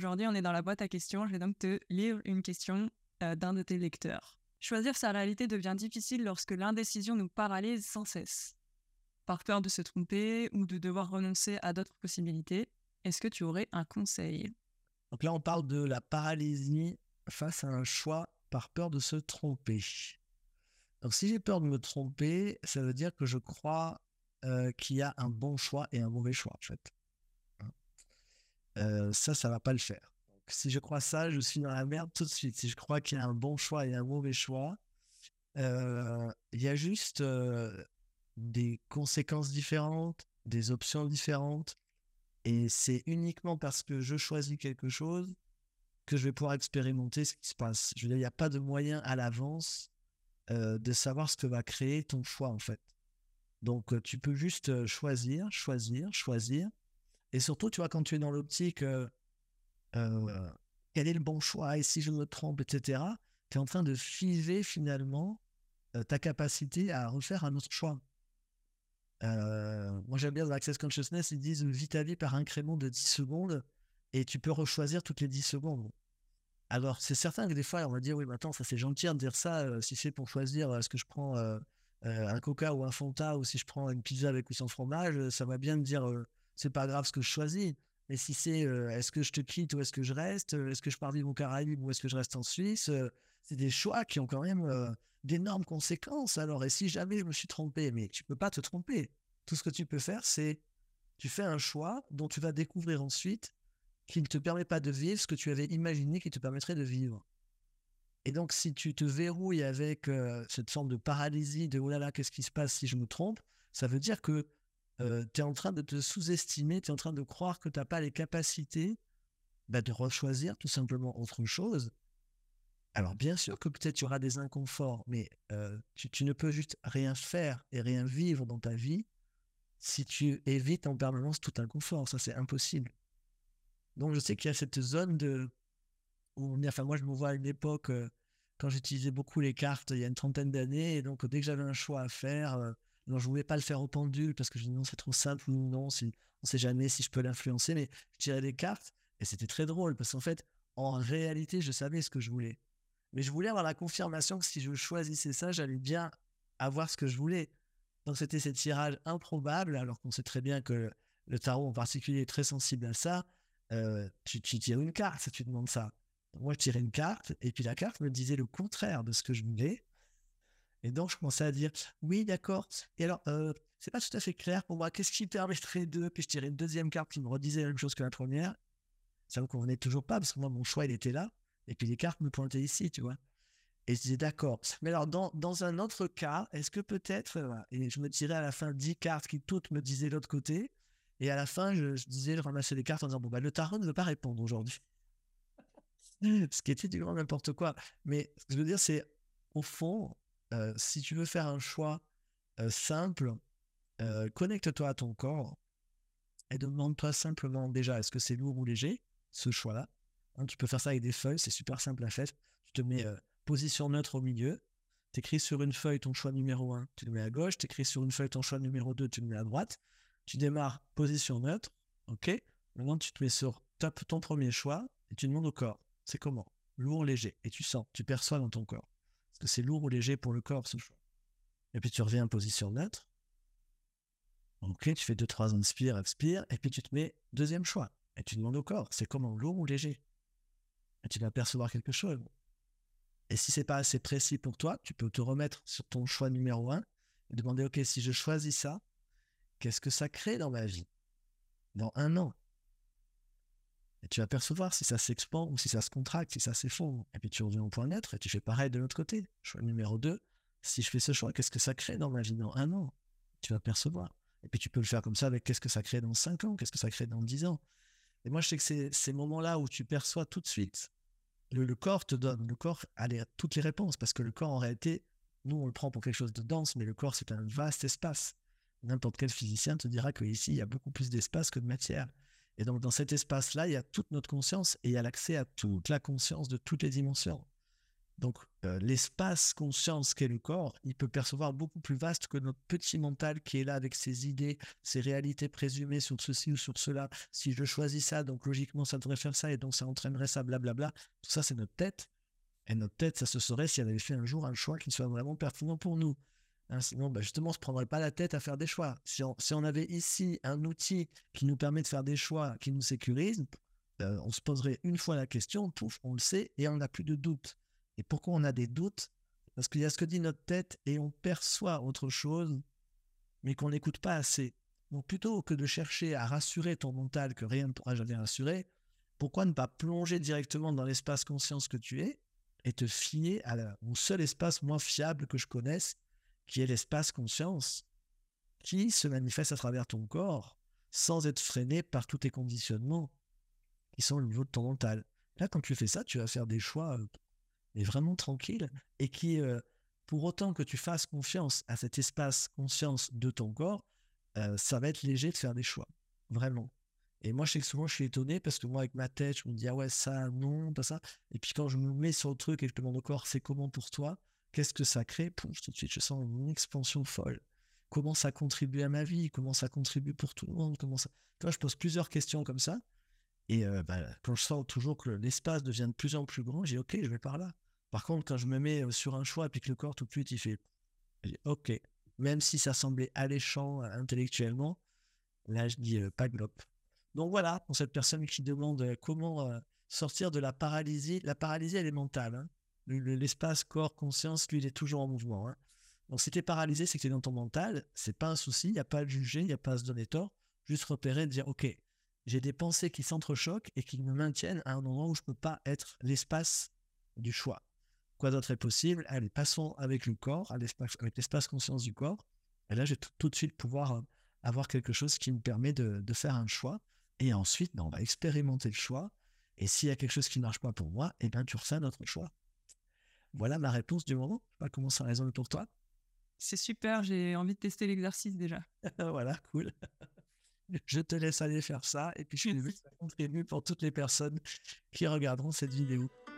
aujourd'hui, on est dans la boîte à questions. Je vais donc te lire une question d'un de tes lecteurs. Choisir sa réalité devient difficile lorsque l'indécision nous paralyse sans cesse. Par peur de se tromper ou de devoir renoncer à d'autres possibilités, est-ce que tu aurais un conseil? Donc là, on parle de la paralysie face à un choix par peur de se tromper. Donc si j'ai peur de me tromper, ça veut dire que je crois qu'il y a un bon choix et un mauvais choix, en fait. Ça va pas le faire. Donc, si je crois ça, je suis dans la merde tout de suite. Si je crois qu'il y a un bon choix et un mauvais choix, il y a juste des conséquences différentes, des options différentes, et c'est uniquement parce que je choisis quelque chose que je vais pouvoir expérimenter ce qui se passe. Je veux dire, il n'y a pas de moyen à l'avance de savoir ce que va créer ton choix, en fait. Donc, tu peux juste choisir. Et surtout, tu vois, quand tu es dans l'optique, quel est le bon choix et si je me trompe, etc., tu es en train de figer finalement ta capacité à refaire un autre choix. Moi, j'aime bien dans Access Consciousness, ils disent vis ta vie par incrément de 10 secondes et tu peux rechoisir toutes les 10 secondes. Alors, c'est certain que des fois, on va dire oui, mais attends, ça c'est gentil de dire ça si c'est pour choisir est-ce que je prends un Coca ou un Fanta ou si je prends une pizza avec ou sans fromage, ça va bien me dire c'est pas grave ce que je choisis. Mais si c'est est-ce que je te quitte ou est-ce que je reste, est-ce que je pars vivre au Caraïbes ou est-ce que je reste en Suisse, c'est des choix qui ont quand même d'énormes conséquences. Alors, et si jamais je me suis trompé, mais tu peux pas te tromper. Tout ce que tu peux faire, c'est tu fais un choix dont tu vas découvrir ensuite qui ne te permet pas de vivre ce que tu avais imaginé qui te permettrait de vivre. Et donc, si tu te verrouilles avec cette forme de paralysie de « oh là là, qu'est-ce qui se passe si je me trompe ?» ça veut dire que tu es en train de te sous-estimer, tu es en train de croire que tu n'as pas les capacités de rechoisir tout simplement autre chose. Alors, bien sûr que peut-être tu auras des inconforts, mais tu ne peux juste rien faire et rien vivre dans ta vie si tu évites en permanence tout inconfort. Ça, c'est impossible. Donc, je sais qu'il y a cette zone où enfin, moi, je me vois à une époque quand j'utilisais beaucoup les cartes il y a une trentaine d'années. Et donc, dès que j'avais un choix à faire, je ne voulais pas le faire au pendule parce que je me disais non, c'est trop simple ou non, on ne sait jamais si je peux l'influencer. Mais je tirais des cartes et c'était très drôle parce qu'en fait, en réalité, je savais ce que je voulais. Mais je voulais avoir la confirmation que si je choisissais ça, j'allais bien avoir ce que je voulais. Donc, c'était ces tirages improbables, alors qu'on sait très bien que le tarot en particulier est très sensible à ça. Tu tires une carte, tu demandes ça. Donc, moi, je tirais une carte, et puis la carte me disait le contraire de ce que je voulais. Et donc, je commençais à dire, oui, d'accord. Et alors, c'est pas tout à fait clair pour moi. Qu'est-ce qui permettrait de... Puis je tirais une deuxième carte qui me redisait la même chose que la première. Ça me convenait toujours pas, parce que moi, mon choix, il était là. Et puis les cartes me pointaient ici, tu vois. Et je disais, d'accord. Mais alors, dans un autre cas, est-ce que peut-être... et je me tirais à la fin 10 cartes qui toutes me disaient l'autre côté. Et à la fin, je ramassais les cartes en disant, bon, le tarot ne veut pas répondre aujourd'hui. Ce qui était du grand n'importe quoi. Mais ce que je veux dire, c'est, au fond, si tu veux faire un choix simple, connecte-toi à ton corps et demande-toi simplement déjà, est-ce que c'est lourd ou léger, ce choix-là. Tu peux faire ça avec des feuilles, c'est super simple à faire. Tu te mets position neutre au milieu, tu écris sur une feuille ton choix numéro 1, tu le mets à gauche, tu écris sur une feuille ton choix numéro 2, tu le mets à droite. Tu démarres position neutre, ok. Maintenant, tu te mets sur ton premier choix et tu demandes au corps. C'est comment? Lourd, léger. Et tu sens, tu perçois dans ton corps. Est-ce que c'est lourd ou léger pour le corps, ce choix? Et puis tu reviens en position neutre. Ok, tu fais 2-3 inspire, expire, et puis tu te mets deuxième choix. Et tu demandes au corps, c'est comment? Lourd ou léger? Et tu vas percevoir quelque chose. Et si c'est pas assez précis pour toi, tu peux te remettre sur ton choix numéro 1 et demander, ok, si je choisis ça, qu'est-ce que ça crée dans ma vie? Dans 1 an? Et tu vas percevoir si ça s'expand ou si ça se contracte, si ça s'effondre. Et puis tu reviens au point neutre et tu fais pareil de l'autre côté. Choix numéro 2, si je fais ce choix, qu'est-ce que ça crée dans ma vie dans 1 an? Tu vas percevoir. Et puis tu peux le faire comme ça avec qu'est-ce que ça crée dans 5 ans, qu'est-ce que ça crée dans 10 ans. Et moi, je sais que c'est ces moments-là où tu perçois tout de suite. Le corps te donne, le corps a toutes les réponses parce que le corps, en réalité, nous, on le prend pour quelque chose de dense, mais le corps, c'est un vaste espace. N'importe quel physicien te dira qu'ici, il y a beaucoup plus d'espace que de matière. Et donc, dans cet espace-là, il y a toute notre conscience et il y a l'accès à toute la conscience de toutes les dimensions. Donc, l'espace conscience qu'est le corps, il peut percevoir beaucoup plus vaste que notre petit mental qui est là avec ses idées, ses réalités présumées sur ceci ou sur cela. Si je choisis ça, donc logiquement, ça devrait faire ça et donc ça entraînerait ça, blablabla. Tout ça, c'est notre tête. Et notre tête, ça se saurait si elle avait fait un jour un choix qui soit vraiment pertinent pour nous. Hein, sinon, justement, on ne se prendrait pas la tête à faire des choix. Si on avait ici un outil qui nous permet de faire des choix, qui nous sécurise, on se poserait une fois la question, pouf, on le sait et on n'a plus de doute. Et pourquoi on a des doutes? Parce qu'il y a ce que dit notre tête et on perçoit autre chose, mais qu'on n'écoute pas assez. Donc plutôt que de chercher à rassurer ton mental que rien ne pourra jamais rassurer, pourquoi ne pas plonger directement dans l'espace conscience que tu es et te fier au seul espace moins fiable que je connaisse, qui est l'espace conscience, qui se manifeste à travers ton corps sans être freiné par tous tes conditionnements qui sont au niveau de ton mental. Là, quand tu fais ça, tu vas faire des choix mais vraiment tranquilles et qui, pour autant que tu fasses confiance à cet espace conscience de ton corps, ça va être léger de faire des choix, vraiment. Et moi, je sais que souvent, je suis étonné parce que moi, avec ma tête, je me dis, ah ouais, ça, non, pas ça. Et puis quand je me mets sur le truc et que je demande au corps, c'est comment pour toi? Qu'est-ce que ça crée? Pouf, tout de suite, je sens une expansion folle. Comment ça contribue à ma vie? Comment ça contribue pour tout le monde? Comment ça... Tu vois, je pose plusieurs questions comme ça. Et quand je sens toujours que l'espace devient de plus en plus grand, j'ai ok, je vais par là. Par contre, quand je me mets sur un choix et puis que le corps tout de suite il fait ok, même si ça semblait alléchant intellectuellement, là je dis pas glop. Donc voilà, pour cette personne qui demande comment sortir de la paralysie elle est mentale. Hein. L'espace corps-conscience, lui, il est toujours en mouvement. Hein. Donc si tu es paralysé, c'est que tu es dans ton mental, c'est pas un souci, il n'y a pas à le juger, il n'y a pas à se donner tort, juste repérer, dire ok, j'ai des pensées qui s'entrechoquent et qui me maintiennent à un endroit où je ne peux pas être l'espace du choix. Quoi d'autre est possible? Allez, passons avec le corps, avec l'espace conscience du corps. Et là, je vais tout de suite pouvoir avoir quelque chose qui me permet de faire un choix. Et ensuite, on va expérimenter le choix. Et s'il y a quelque chose qui ne marche pas pour moi, eh bien, tu refais notre choix. Voilà ma réponse du moment. Je ne sais pas comment ça résonne pour toi. C'est super, j'ai envie de tester l'exercice déjà. Voilà, cool. Je te laisse aller faire ça et puis je te contribue pour toutes les personnes qui regarderont cette vidéo.